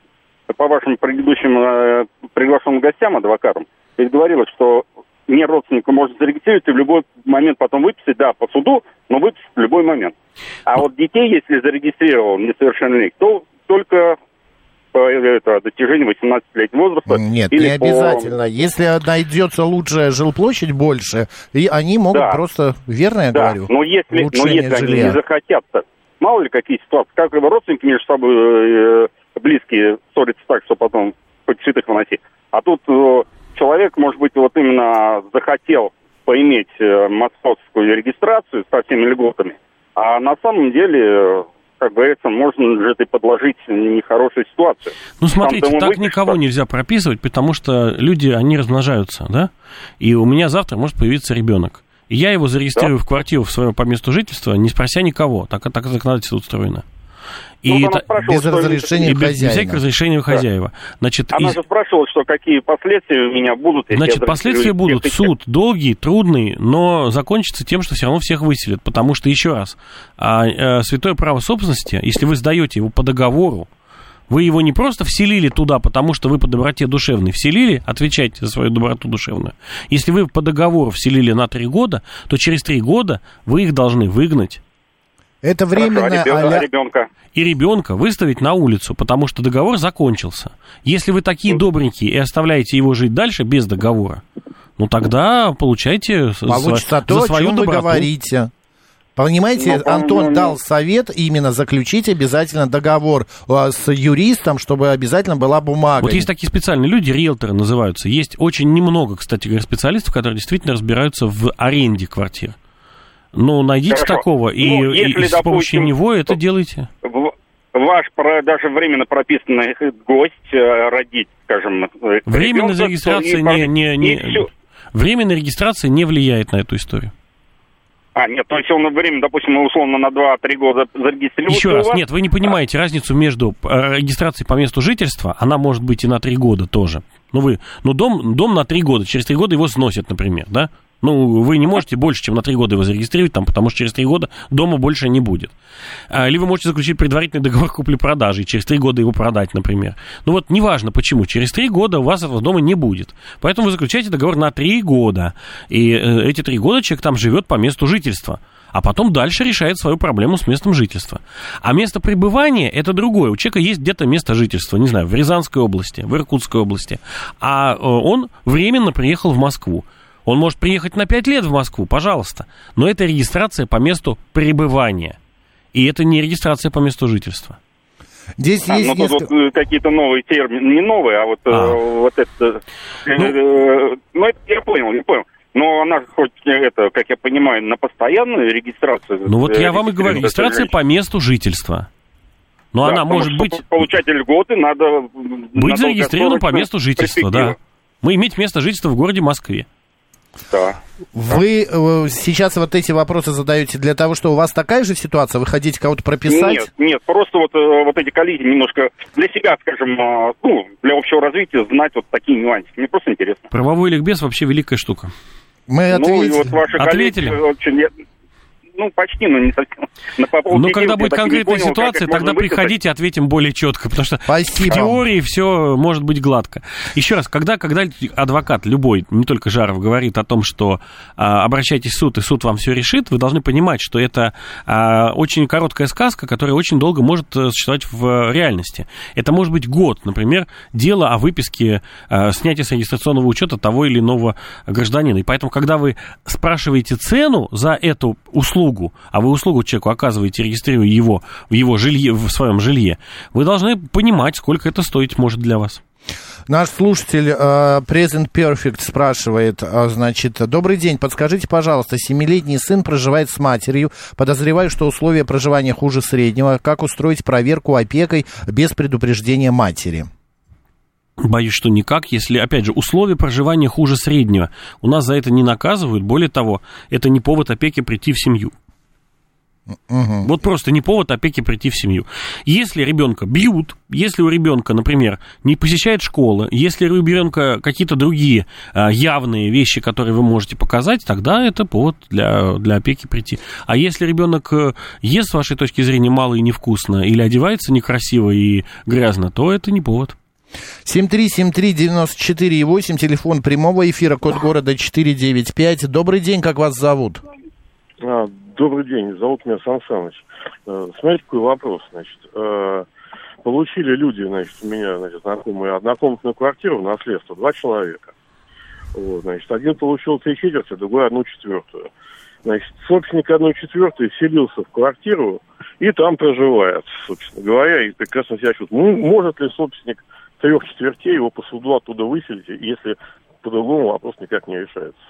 по вашим предыдущим приглашенным гостям, адвокатам, ведь говорилось, что не родственника можно зарегистрировать и в любой момент потом выписать, да, по суду, но выписать в любой момент. А вот детей, если зарегистрировал несовершеннолетних, то только по это, достижению восемнадцатилетнего возраста. Нет, или не обязательно. По... Если найдется лучшая жилплощадь больше, и они могут да. просто, верно я да. говорю, но если, но если они не захотят, мало ли какие ситуации, как родственники между собой э, близкие ссорятся так, что потом хоть цветы выносить. А тут э, человек, может быть, вот именно захотел поиметь э, московскую регистрацию со всеми льготами, а на самом деле... как говорится, можно же это подложить нехорошую ситуацию. Ну, смотрите, Там, так выпишет, никого что... нельзя прописывать, потому что люди, они размножаются, да? И у меня завтра может появиться ребенок. И я его зарегистрирую да? в квартиру в своем по месту жительства, не спрося никого. Так, так законодательство устроено. И ну, это... Без разрешения хозяина. Без всяких разрешений хозяева. Значит, она из... же спрашивала, что какие последствия у меня будут. Если Значит, последствия будут. Всех... Суд долгий, трудный, но закончится тем, что все равно всех выселят. Потому что, еще раз, а, а, святое право собственности, если вы сдаете его по договору, вы его не просто вселили туда, потому что вы по доброте душевной вселили, отвечайте за свою доброту душевную. Если вы по договору вселили на три года, то через три года вы их должны выгнать. Это временно... Хорошо, а ребенка? И ребенка выставить на улицу, потому что договор закончился. Если вы такие добренькие и оставляете его жить дальше без договора, ну тогда получайте Получится за, то, за свою о чем доброту. Вы говорите. Понимаете, ну, Антон ну, дал совет именно заключить обязательно договор с юристом, чтобы обязательно была бумага. Вот есть такие специальные люди, риэлторы называются. Есть очень немного, кстати говоря, специалистов, которые действительно разбираются в аренде квартир. Ну, найдите Хорошо. такого, и, ну, если, и, и с допустим, помощью него это делайте. Ваш даже временно прописанный гость родить, скажем... Временная регистрация не, не, не, временная регистрация не влияет на эту историю. А, нет, то есть он время, допустим, условно на два-три года зарегистрирован. Еще раз, нет, вы не понимаете а. разницу между регистрацией по месту жительства, она может быть и на три года тоже. Ну, вы, ну дом, дом на три года, через три года его сносят, например, да? Ну, вы не можете больше, чем на три года его зарегистрировать, там, потому что через три года дома больше не будет. Или вы можете заключить предварительный договор купли-продажи и через три года его продать, например. Ну вот, неважно почему, через три года у вас этого дома не будет. Поэтому вы заключаете договор на три года. И эти три года человек там живет по месту жительства. А потом дальше решает свою проблему с местом жительства. А место пребывания – это другое. У человека есть где-то место жительства, не знаю, в Рязанской области, в Иркутской области. А он временно приехал в Москву. Он может приехать на пять лет в Москву, пожалуйста. Но это регистрация по месту пребывания. И это не регистрация по месту жительства. Здесь а, есть ну, несколько... тут вот какие-то новые термины, не новые, а вот, а. Э, вот это... Ну... Э, ну, это я понял, я понял. Но она хоть, это, как я понимаю, на постоянную регистрацию. Ну вот я вам и говорю, регистрация по месту жительства. Но да, она может быть... Получать льготы надо... Быть зарегистрированным по месту жительства, да. Мы иметь место жительства в городе Москве. Да. Вы э, сейчас вот эти вопросы задаете для того, что у вас такая же ситуация? Вы хотите кого-то прописать? Нет, нет, просто вот, э, вот эти коллизии немножко для себя, скажем, э, ну, для общего развития знать вот такие нюансы. Мне просто интересно. Правовой ликбез вообще великая штука. Мы ответили. Ну, и вот ваши Ответили? коллеги, очень, ну, почти, но не совсем. Но когда будет конкретная понял, ситуация, тогда приходите, ответим более четко, потому что Спасибо. В теории все может быть гладко. Еще раз, когда, когда адвокат любой, не только Жаров, говорит о том, что а, обращайтесь в суд, и суд вам все решит, вы должны понимать, что это а, очень короткая сказка, которая очень долго может существовать в реальности. Это может быть год, например, дело о выписке, а, снятия с регистрационного учета того или иного гражданина. И поэтому, когда вы спрашиваете цену за эту услугу, а вы услугу человеку оказываете, регистрируя его в его жилье, в своем жилье, вы должны понимать, сколько это стоить может для вас. Наш слушатель uh, Present Perfect спрашивает, uh, значит, добрый день, подскажите, пожалуйста, семилетний сын проживает с матерью, подозреваю, что условия проживания хуже среднего, как устроить проверку опекой без предупреждения матери? Боюсь, что никак, если, опять же, условия проживания хуже среднего. У нас за это не наказывают, более того, это не повод опеки прийти в семью. Угу. Вот просто не повод опеки прийти в семью. Если ребенка бьют, если у ребенка, например, не посещает школы, если у ребенка какие-то другие а, явные вещи, которые вы можете показать, тогда это повод для, для опеки прийти. А если ребенок ест, с вашей точки зрения, мало и невкусно, или одевается некрасиво и грязно, то это не повод. семь три семь три девять четыре восемь, телефон прямого эфира, код города четыреста девяносто пять. Добрый день, как вас зовут? А, добрый день, зовут меня Сан Саныч. Смотрите, какой вопрос, значит. Получили люди, значит, у меня, значит, знакомые однокомнатную квартиру в наследство, два человека. Вот, значит, один получил три четверти, другой одну четвертую. Значит, собственник одной четвертой вселился в квартиру и там проживает, собственно говоря, и прекрасно себя чувствует. Ну, может ли собственник трех четвертей его по суду оттуда выселить, если по-другому вопрос никак не решается?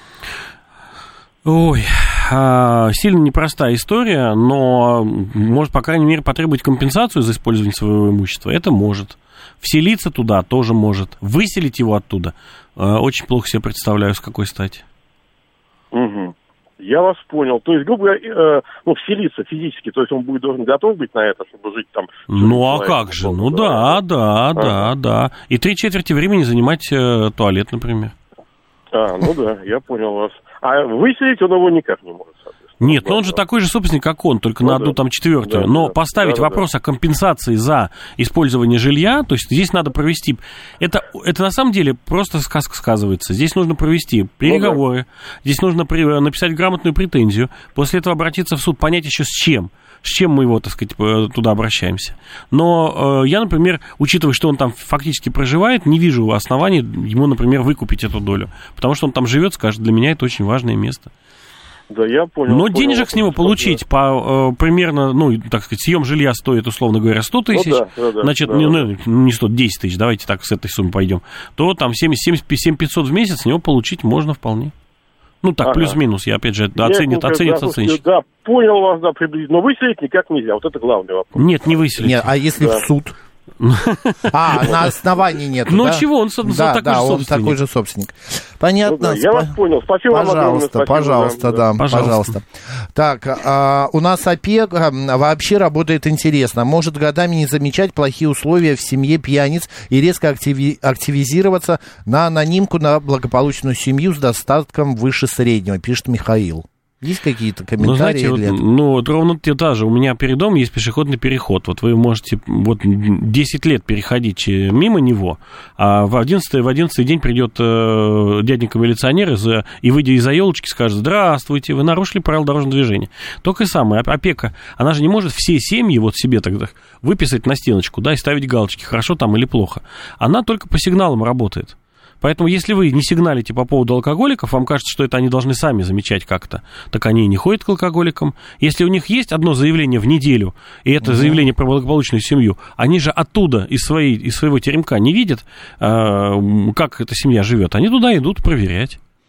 Ой, сильно непростая история, но может, по крайней мере, потребовать компенсацию за использование своего имущества. Это может. Вселиться туда тоже может. Выселить его оттуда очень плохо себе представляю, с какой стати. Угу. Я вас понял. То есть, грубо говоря, э, ну, вселиться физически, то есть он будет должен готов быть на это, чтобы жить там. Ну, а как же? Ну, да, да, да, да, да. И три четверти времени занимать э, туалет, например. А, ну да, я понял вас. А выселить он его никак не может, соответственно. Нет, но он же такой же собственник, как он, только ну, на одну да. там четвертую. Да, но да, поставить да, вопрос да. о компенсации за использование жилья, то есть здесь надо провести... Это, это на самом деле просто сказка сказывается. Здесь нужно провести переговоры, ну, да. здесь нужно при, написать грамотную претензию, после этого обратиться в суд, понять еще с чем. С чем мы его, так сказать, туда обращаемся. Но э, я, например, учитывая, что он там фактически проживает, не вижу оснований ему, например, выкупить эту долю. Потому что он там живет, скажет, для меня это очень важное место. Да, я понял. Но понял, денежек с него получить да. по э, примерно, ну, так сказать, съем жилья стоит, условно говоря, сто тысяч, ну, да, да, да, значит, да, не, да. не сто, десять тысяч, давайте так с этой суммы пойдем, то там семь пятьсот в месяц с него получить можно вполне. Ну, так, ага. плюс-минус, я опять же оценит, Нет, оценит да, оценщик. Да, понял вас, да, приблизительно. Но выселить никак нельзя, вот это главный вопрос. Нет, не выселить. Нет, а если да. в суд? А, на основании нет. Ну чего, он такой же собственник. такой же собственник. Понятно. Я вас понял. Спасибо вам огромное. Пожалуйста, да, пожалуйста. Так, у нас опека вообще работает интересно. Может годами не замечать плохие условия в семье пьяниц и резко активизироваться на анонимку на благополучную семью с достатком выше среднего, пишет Михаил. Есть какие-то комментарии? Ну, знаете, вот, ну, вот ровно та же. У меня перед домом есть пешеходный переход. Вот вы можете вот десять лет переходить мимо него, а в одиннадцатый, в одиннадцатый день придет э, дяденька-милиционер из, и, выйдя из-за елочки, скажет: здравствуйте, вы нарушили правила дорожного движения. Только и самое, опека, она же не может все семьи вот себе тогда выписать на стеночку, да, и ставить галочки, хорошо там или плохо. Она только по сигналам работает. Поэтому, если вы не сигналите по поводу алкоголиков, вам кажется, что это они должны сами замечать как-то, так они и не ходят к алкоголикам. Если у них есть одно заявление в неделю, и это угу. заявление про благополучную семью, они же оттуда, из, своей, из своего теремка, не видят, как эта семья живет. Они туда идут проверять.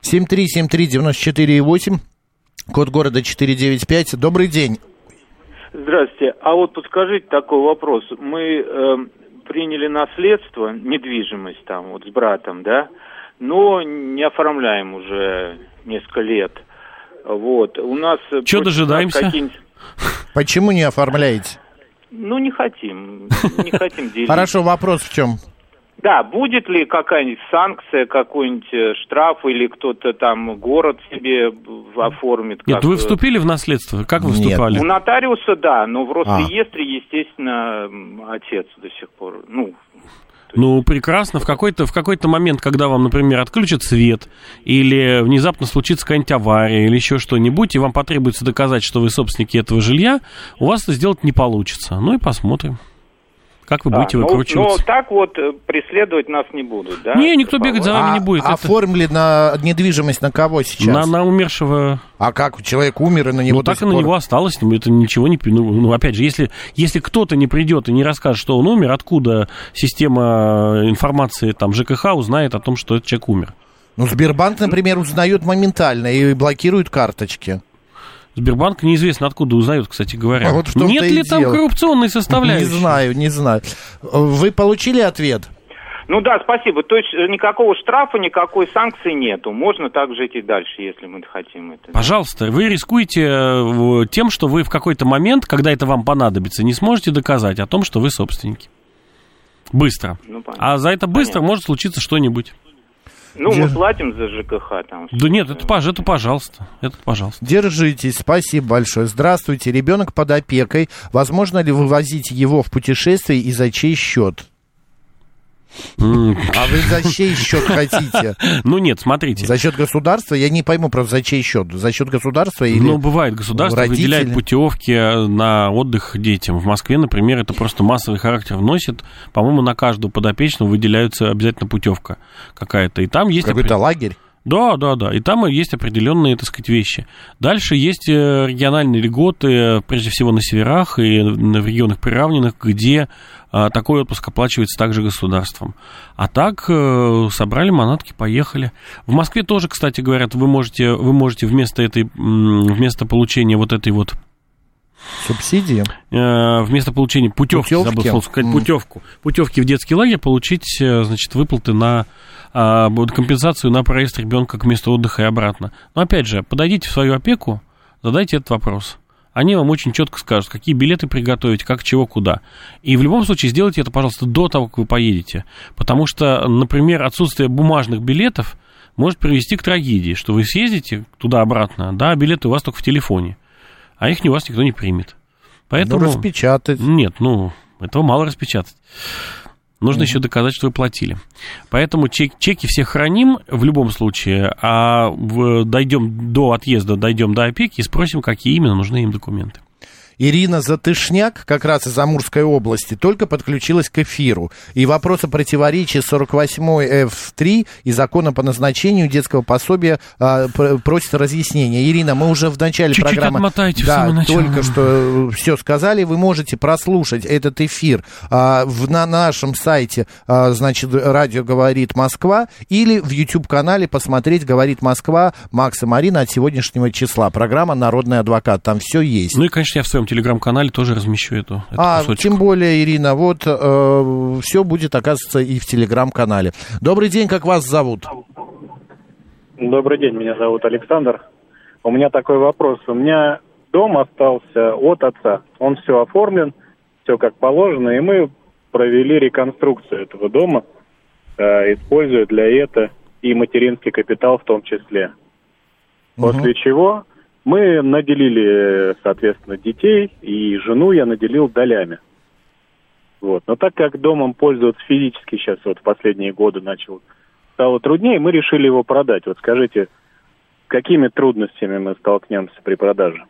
семь три семь три девять четыре восемь, код города четыреста девяносто пять. Добрый день. Здравствуйте. А вот подскажите такой вопрос. Мы э, приняли наследство, недвижимость там вот с братом, да, но не оформляем уже несколько лет. Вот. У нас... Чего дожидаемся? Почему не оформляете? Ну, не хотим. Не хотим делить. Хорошо, вопрос в чем? Да, будет ли какая-нибудь санкция, какой-нибудь штраф, или кто-то там город себе оформит? Нет, вы вступили в наследство? Как вы вступали? У нотариуса, да, но в Росреестре, а. естественно, отец до сих пор. Ну, ну прекрасно. В какой-то, в какой-то момент, когда вам, например, отключат свет, или внезапно случится какая-нибудь авария, или еще что-нибудь, и вам потребуется доказать, что вы собственники этого жилья, у вас это сделать не получится. Ну и посмотрим. Как вы будете а, выкручиваться? Но так вот преследовать нас не будут, да? Не, никто бегать за вами а, не будет. А оформили это... на недвижимость на кого сейчас? На, на умершего. А как? Человек умер, и на него Ну, так и на пор... него осталось. Это ничего не... Ну, ну, опять же, если, если кто-то не придет и не расскажет, что он умер, откуда система информации там ЖКХ узнает о том, что этот человек умер? Ну, Сбербанк, например, узнает моментально и блокирует карточки. Сбербанк неизвестно откуда узнают, кстати говоря. А вот Нет ли там дело. коррупционной составляющей? Не знаю, не знаю. Вы получили ответ? Ну да, спасибо. То есть никакого штрафа, никакой санкции нету. Можно так жить и дальше, если мы хотим это. Пожалуйста, вы рискуете тем, что вы в какой-то момент, когда это вам понадобится, не сможете доказать о том, что вы собственники. Быстро. Ну, а за это быстро понятно. Может случиться что-нибудь. Ну, Дер... мы платим за ЖКХ там. Да нет, это, это пожалуйста. Это пожалуйста. Держитесь, спасибо большое. Здравствуйте, ребенок под опекой. Возможно ли вывозить его в путешествие и за чей счет? А вы за чей счет хотите? Ну нет, смотрите. За счет государства? Я не пойму, просто за чей счет? За счет государства или Ну, бывает, государство родители? Выделяет путевки на отдых детям. В Москве, например, это просто массовый характер вносит. По-моему, на каждого подопечного выделяется обязательно путевка какая-то. И там есть... Какой-то лагерь? Да, да, да. И там есть определенные, так сказать, вещи. Дальше есть региональные льготы, прежде всего на северах и в регионах приравненных, где такой отпуск оплачивается также государством. А так собрали манатки, поехали. В Москве тоже, кстати, говорят, вы можете, вы можете вместо этой, вместо получения вот этой вот субсидии, вместо получения путевки, путевки. забыл слово сказать, mm. путевку, путевки в детский лагерь, получить, значит, выплаты на компенсацию на проезд ребенка к месту отдыха и обратно. Но опять же, подойдите в свою опеку, задайте этот вопрос. Они вам очень четко скажут, какие билеты приготовить, как, чего, куда. И в любом случае сделайте это, пожалуйста, до того, как вы поедете. Потому что, например, отсутствие бумажных билетов может привести к трагедии, что вы съездите туда-обратно, да, билеты у вас только в телефоне, а их у вас никто не примет. Поэтому... Ну, распечатать. Нет, ну, этого мало распечатать. Нужно mm-hmm. еще доказать, что вы платили. Поэтому чек, чеки все храним в любом случае, а в, дойдем до отъезда, дойдем до опеки и спросим, какие именно нужны им документы. Ирина Затышняк, как раз из Амурской области, только подключилась к эфиру. И вопрос о противоречии сорок восьмой эф три и закона по назначению детского пособия а, просит разъяснения. Ирина, мы уже в начале Чуть-чуть программы отмотайте да, в только что все сказали. Вы можете прослушать этот эфир а, в, на нашем сайте, а, значит, радио «Говорит Москва», или в YouTube-канале посмотреть «Говорит Москва» Макс и Марина от сегодняшнего числа. Программа «Народный адвокат». Там все есть. Ну и, конечно, я в своем телеграм-канале тоже размещу эту, эту А, кусочек. Тем более, Ирина, вот э, все будет, оказывается, и в телеграм-канале. Добрый день, как вас зовут? Добрый день, меня зовут Александр. У меня такой вопрос. У меня дом остался от отца. Он все оформлен, все как положено, и мы провели реконструкцию этого дома, э, используя для этого и материнский капитал в том числе. Угу. После чего... Мы наделили, соответственно, детей, и жену я наделил долями. Вот. Но так как домом пользоваться физически сейчас вот в последние годы начал, стало труднее, мы решили его продать. Вот скажите, с какими трудностями мы столкнемся при продаже?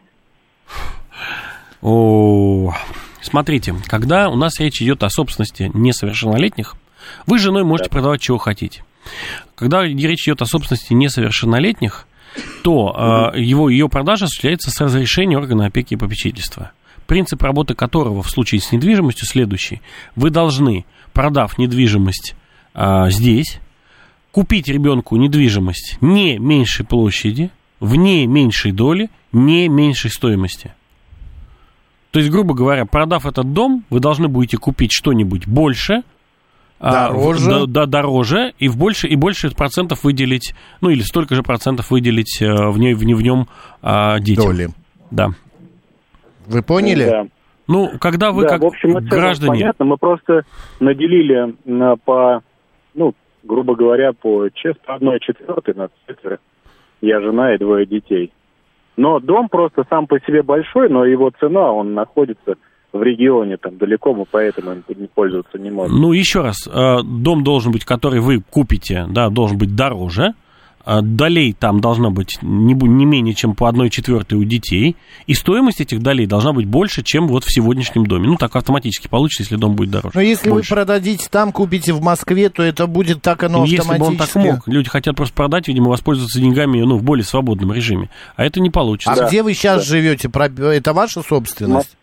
О, смотрите, когда у нас речь идет о собственности несовершеннолетних, вы с женой можете да. продавать чего хотите. Когда речь идет о собственности несовершеннолетних, то э, его, ее продажа осуществляется с разрешения органа опеки и попечительства. Принцип работы которого в случае с недвижимостью следующий. Вы должны, продав недвижимость э, здесь, купить ребенку недвижимость не меньшей площади, в не меньшей доли, не меньшей стоимости. То есть, грубо говоря, продав этот дом, вы должны будете купить что-нибудь больше, дороже, а, в, да, дороже и, в больше, и больше процентов выделить, ну или столько же процентов выделить в, ней, в, в нем а, детям. Доли. Да. Вы поняли? Да. Ну, когда вы да, как в общем, это граждане... понятно, мы просто наделили на, по, ну, грубо говоря, по, чест, по одной четвертой на четверо. Я жена и двое детей. Но дом просто сам по себе большой, но его цена, он находится в регионе, там далеко, мы поэтому им не пользоваться не можем. Ну, еще раз, дом должен быть, который вы купите, да, должен быть дороже. Долей там должна быть не, не менее, чем по одной четвертой у детей. И стоимость этих долей должна быть больше, чем вот в сегодняшнем доме. Ну, так автоматически получится, если дом будет дороже. Но если больше. Вы продадите там, купите в Москве, то это будет так оно если автоматически. Если бы он так мог. Люди хотят просто продать, видимо, воспользоваться деньгами, ну, в более свободном режиме. А это не получится. А да. Где вы сейчас да. живете? Это ваша собственность?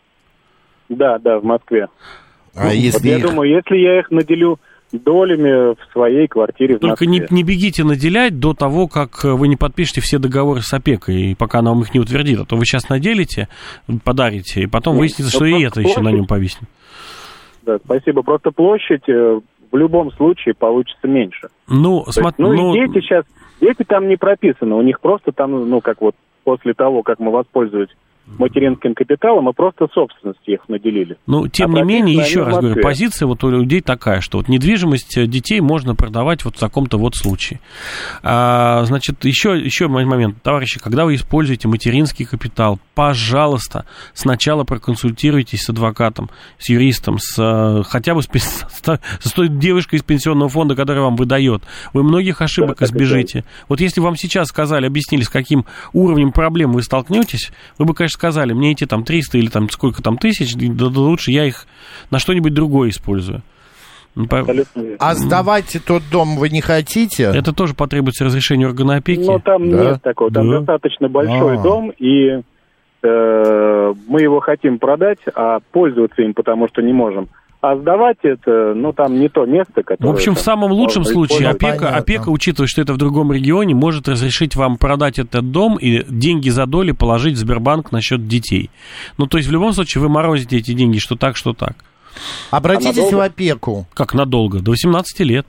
Да, да, в Москве. А ну, если вот я их... думаю, если я их наделю долями в своей квартире в Только Москве. не, не бегите наделять до того, как вы не подпишете все договоры с опекой, и пока она вам их не утвердит. А то вы сейчас наделите, подарите, и потом Нет, выяснится, что и это площадь, еще на нем повиснет. Да, спасибо. Просто площадь в любом случае получится меньше. Ну, смотри, ну ну... и дети сейчас, дети там не прописаны, у них просто там, ну, как вот после того, как мы воспользовались материнским капиталом, мы просто собственности их наделили. Ну, тем а не менее, еще раз Москве. говорю, позиция вот у людей такая, что вот недвижимость детей можно продавать вот в таком-то вот случае. А, значит, еще, еще момент, товарищи, когда вы используете материнский капитал, пожалуйста, сначала проконсультируйтесь с адвокатом, с юристом, с, хотя бы с, с, с той девушкой из пенсионного фонда, которая вам выдает. Вы многих ошибок да, избежите. Вот если вам сейчас сказали, объяснили, с каким уровнем проблем вы столкнетесь, вы бы, конечно, сказали, мне эти там триста или там сколько там тысяч, да, да лучше я их на что-нибудь другое использую. А сдавать тот дом вы не хотите? Это тоже потребуется разрешение органа опеки. Ну, там да? нет такого, там да. достаточно большой А-а-а. дом, и э, мы его хотим продать, а пользоваться им потому что не можем. А сдавать это, ну, там не то место, которое... В общем, в самом лучшем случае опека, опека, учитывая, что это в другом регионе, может разрешить вам продать этот дом и деньги за доли положить в Сбербанк на счет детей. Ну, то есть, в любом случае, вы морозите эти деньги, что так, что так. Обратитесь а в опеку. Как надолго? До восемнадцати лет.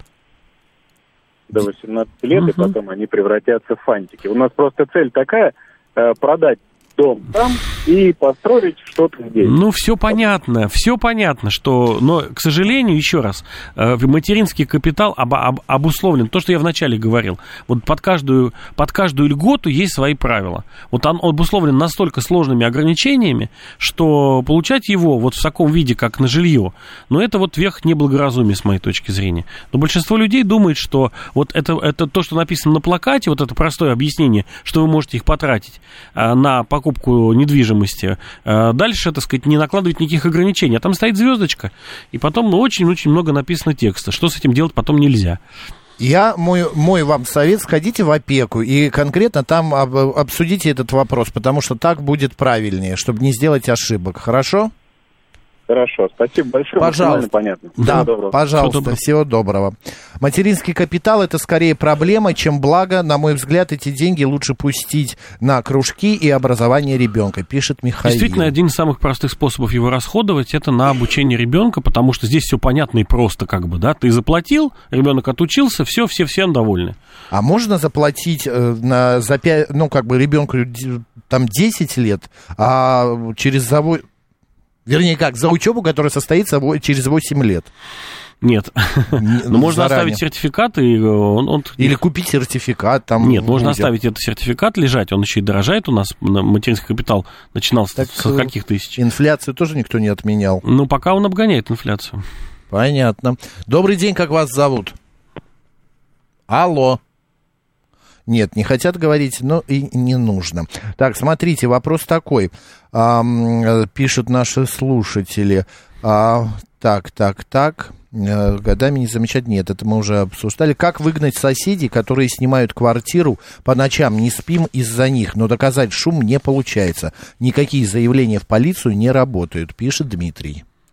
До восемнадцати лет, угу. и потом они превратятся в фантики. У нас просто цель такая, продать дом там и построить что-то здесь. Ну, все понятно, все понятно, что, но, к сожалению, еще раз, материнский капитал об, об, обусловлен, то, что я вначале говорил, вот под каждую, под каждую льготу есть свои правила. Вот он обусловлен настолько сложными ограничениями, что получать его вот в таком виде, как на жилье, ну, это вот верх неблагоразумия, с моей точки зрения. Но большинство людей думает, что вот это, это то, что написано на плакате, вот это простое объяснение, что вы можете их потратить на покупку покупку недвижимости, дальше, так сказать, не накладывать никаких ограничений. А там стоит звездочка, и потом ну, очень-очень много написано текста. Что с этим делать потом нельзя. Я, мой, мой вам совет, сходите в опеку и конкретно там об, обсудите этот вопрос, потому что так будет правильнее, чтобы не сделать ошибок. Хорошо? Хорошо, спасибо большое. Пожалуйста. Понятно. Да, доброго. пожалуйста, всего доброго. всего доброго. Материнский капитал — это скорее проблема, чем благо. На мой взгляд, эти деньги лучше пустить на кружки и образование ребенка, пишет Михаил. Действительно, один из самых простых способов его расходовать — это на обучение ребенка, потому что здесь все понятно и просто, как бы, да, ты заплатил, ребенок отучился, все, все, всем довольны. А можно заплатить э, на, за пять, ну, как бы, ребенку там десять лет, а через завод... Вернее, как, за учебу, которая состоится через восемь лет. Нет. Но можно оставить сертификат, и он, он... Или купить сертификат. Там Нет, можно будет. оставить этот сертификат лежать, он еще и дорожает у нас, материнский капитал начинался так, с каких тысяч. Инфляцию тоже никто не отменял. Ну, пока он обгоняет инфляцию. Понятно. Добрый день, как вас зовут? Алло. Нет, не хотят говорить, но и не нужно. Так, смотрите, вопрос такой. А, пишут наши слушатели. А, так, так, так. Годами не замечать. Нет, это мы уже обсуждали. Как выгнать соседей, которые снимают квартиру по ночам? Не спим из-за них, но доказать шум не получается. Никакие заявления в полицию не работают, пишет Дмитрий.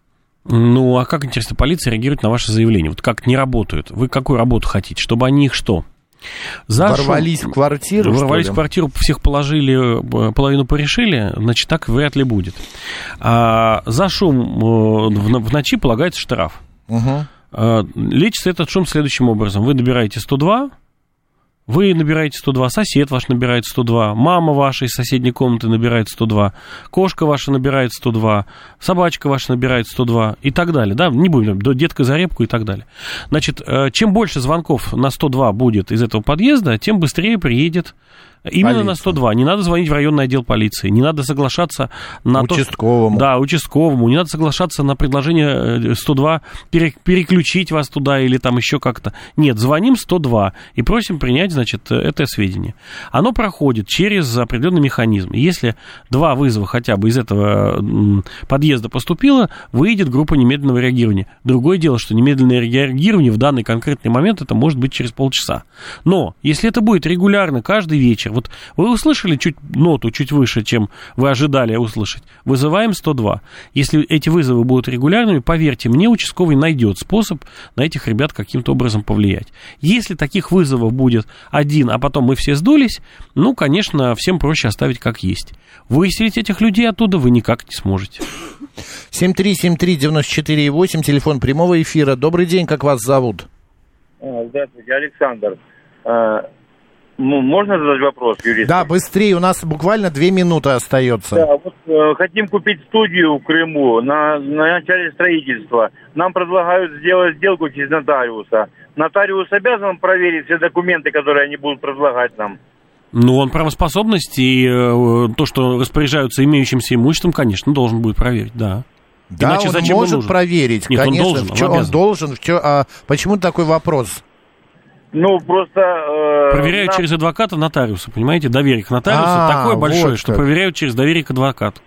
Ну, а как, интересно, полиция реагирует на ваши заявления? Вот как не работают? Вы какую работу хотите? Чтобы они их что? Зашел, ворвались в квартиру, Ворвались в квартиру, всех положили, половину порешили, значит, так вряд ли будет. А за шум в ночи полагается штраф. Угу. А, лечится этот шум следующим образом. Вы набираете сто два, вы набираете сто два, сосед ваш набирает сто два, мама ваша из соседней комнаты набирает сто два, кошка ваша набирает сто два, собачка ваша набирает сто два и так далее. Да? Не будем, детка за репку и так далее. Значит, чем больше звонков на сто два будет из этого подъезда, тем быстрее приедет именно полиция. На сто два. Не надо звонить в районный отдел полиции, не надо соглашаться на участковому. То, да, участковому, не надо соглашаться на предложение сто два переключить вас туда или там еще как-то. Нет, звоним сто два и просим принять, значит, это сведение. Оно проходит через определенный механизм. Если два вызова хотя бы из этого подъезда поступило, выйдет группа немедленного реагирования. Другое дело, что немедленное реагирование в данный конкретный момент это может быть через полчаса. Но если это будет регулярно, каждый вечер, вот вы услышали чуть ноту чуть выше, чем вы ожидали услышать. Вызываем сто два. Если эти вызовы будут регулярными, поверьте мне, участковый найдет способ на этих ребят каким-то образом повлиять. Если таких вызовов будет один, а потом мы все сдулись, ну, конечно, всем проще оставить как есть. Выселить этих людей оттуда вы никак не сможете. семь три семь три девять четыре восемь, телефон прямого эфира. Добрый день, как вас зовут? Здравствуйте, Александр. Ну, можно задать вопрос, юрист? Да, быстрее, у нас буквально две минуты остается. Да, вот э, хотим купить студию в Крыму на, на начале строительства. Нам предлагают сделать сделку через нотариуса. Нотариус обязан проверить все документы, которые они будут предлагать нам? Ну, он правоспособность и э, то, что распоряжаются имеющимся имуществом, конечно, должен будет проверить, да. Да, иначе он зачем может он проверить, Нет, конечно. Он должен, в чё, он он должен в чё, а почему такой вопрос? Ну, просто... Э, проверяют нам... через адвоката нотариуса, понимаете? Доверие к нотариусу а, такое большое, вот что как. Проверяют через доверие к адвокату.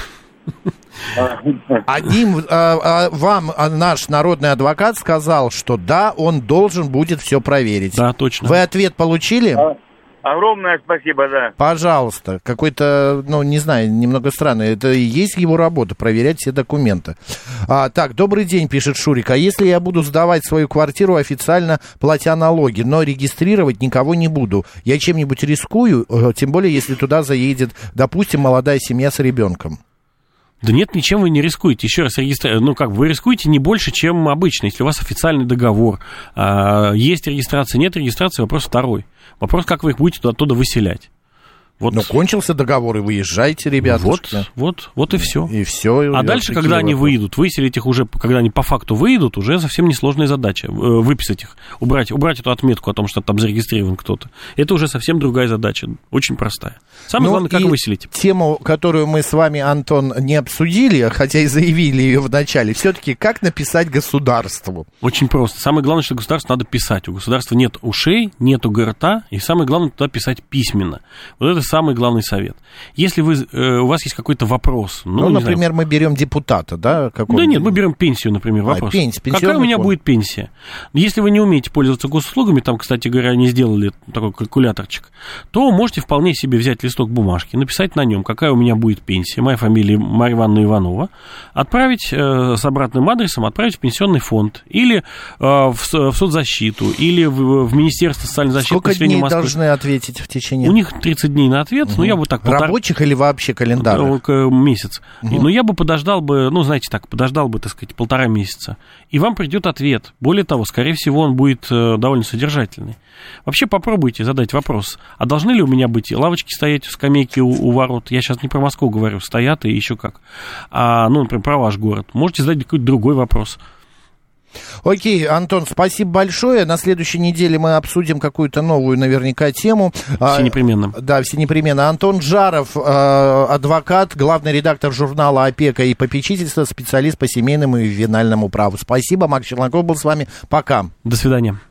Одним а, а, вам а, наш народный адвокат сказал, что да, он должен будет все проверить. Да, точно. Вы ответ получили? А, огромное спасибо, да. Пожалуйста. Какой-то, ну, не знаю, немного странно. Это и есть его работа, проверять все документы. А, так, добрый день, пишет Шурик. А если я буду сдавать свою квартиру официально, платя налоги, но регистрировать никого не буду, я чем-нибудь рискую, тем более, если туда заедет, допустим, молодая семья с ребенком? Да нет, ничем вы не рискуете. Еще раз, регистра... ну как, вы рискуете не больше, чем обычно. Если у вас официальный договор, а, есть регистрация, нет регистрации, вопрос второй. Вопрос, как вы их будете оттуда выселять. Вот. Ну, кончился договор, и выезжайте, ребята. Вот, вот, вот и все. И все. А дальше, когда они выйдут, выселить их уже, когда они по факту выйдут, уже совсем несложная задача. Выписать их, убрать, убрать эту отметку о том, что там зарегистрирован кто-то. Это уже совсем другая задача, очень простая. Самое ну, главное, как выселить. Тему, которую мы с вами, Антон, не обсудили, хотя и заявили ее в начале, все-таки как написать государству? Очень просто. Самое главное, что государству надо писать. У государства нет ушей, нету рта, и самое главное, туда писать письменно. Вот это самый главный совет. Если вы, э, у вас есть какой-то вопрос... Ну, ну например, знаю, мы берем депутата, да? Да нет, мы берем пенсию, например, вопрос. А, пенсия, какая у меня фонд. Будет пенсия? Если вы не умеете пользоваться госуслугами, там, кстати говоря, они сделали такой калькуляторчик, то можете вполне себе взять листок бумажки, написать на нем, какая у меня будет пенсия, моя фамилия Марья Ивановна Иванова, отправить э, с обратным адресом, отправить в пенсионный фонд, или э, в, в соцзащиту, или в, в Министерство социальной защиты населения Москвы. Сколько дней должны ответить в течение? У них тридцать дней на ответ. Ну, я бы так... Рабочих полтора... или вообще календарных? Месяц. Угу. Но я бы подождал бы, ну, знаете так, подождал бы, так сказать, полтора месяца. И вам придет ответ. Более того, скорее всего, он будет довольно содержательный. Вообще попробуйте задать вопрос. А должны ли у меня быть лавочки стоять, скамейки у, у ворот? Я сейчас не про Москву говорю, стоят и еще как. А, ну, например, про ваш город. Можете задать какой-то другой вопрос. Окей, Антон, спасибо большое. На следующей неделе мы обсудим какую-то новую наверняка тему. Все непременно. А, да, все непременно. Антон Жаров, э, адвокат, главный редактор журнала «Опека и попечительство», специалист по семейному и ювенальному праву. Спасибо, Макс Челноков был с вами. Пока. До свидания.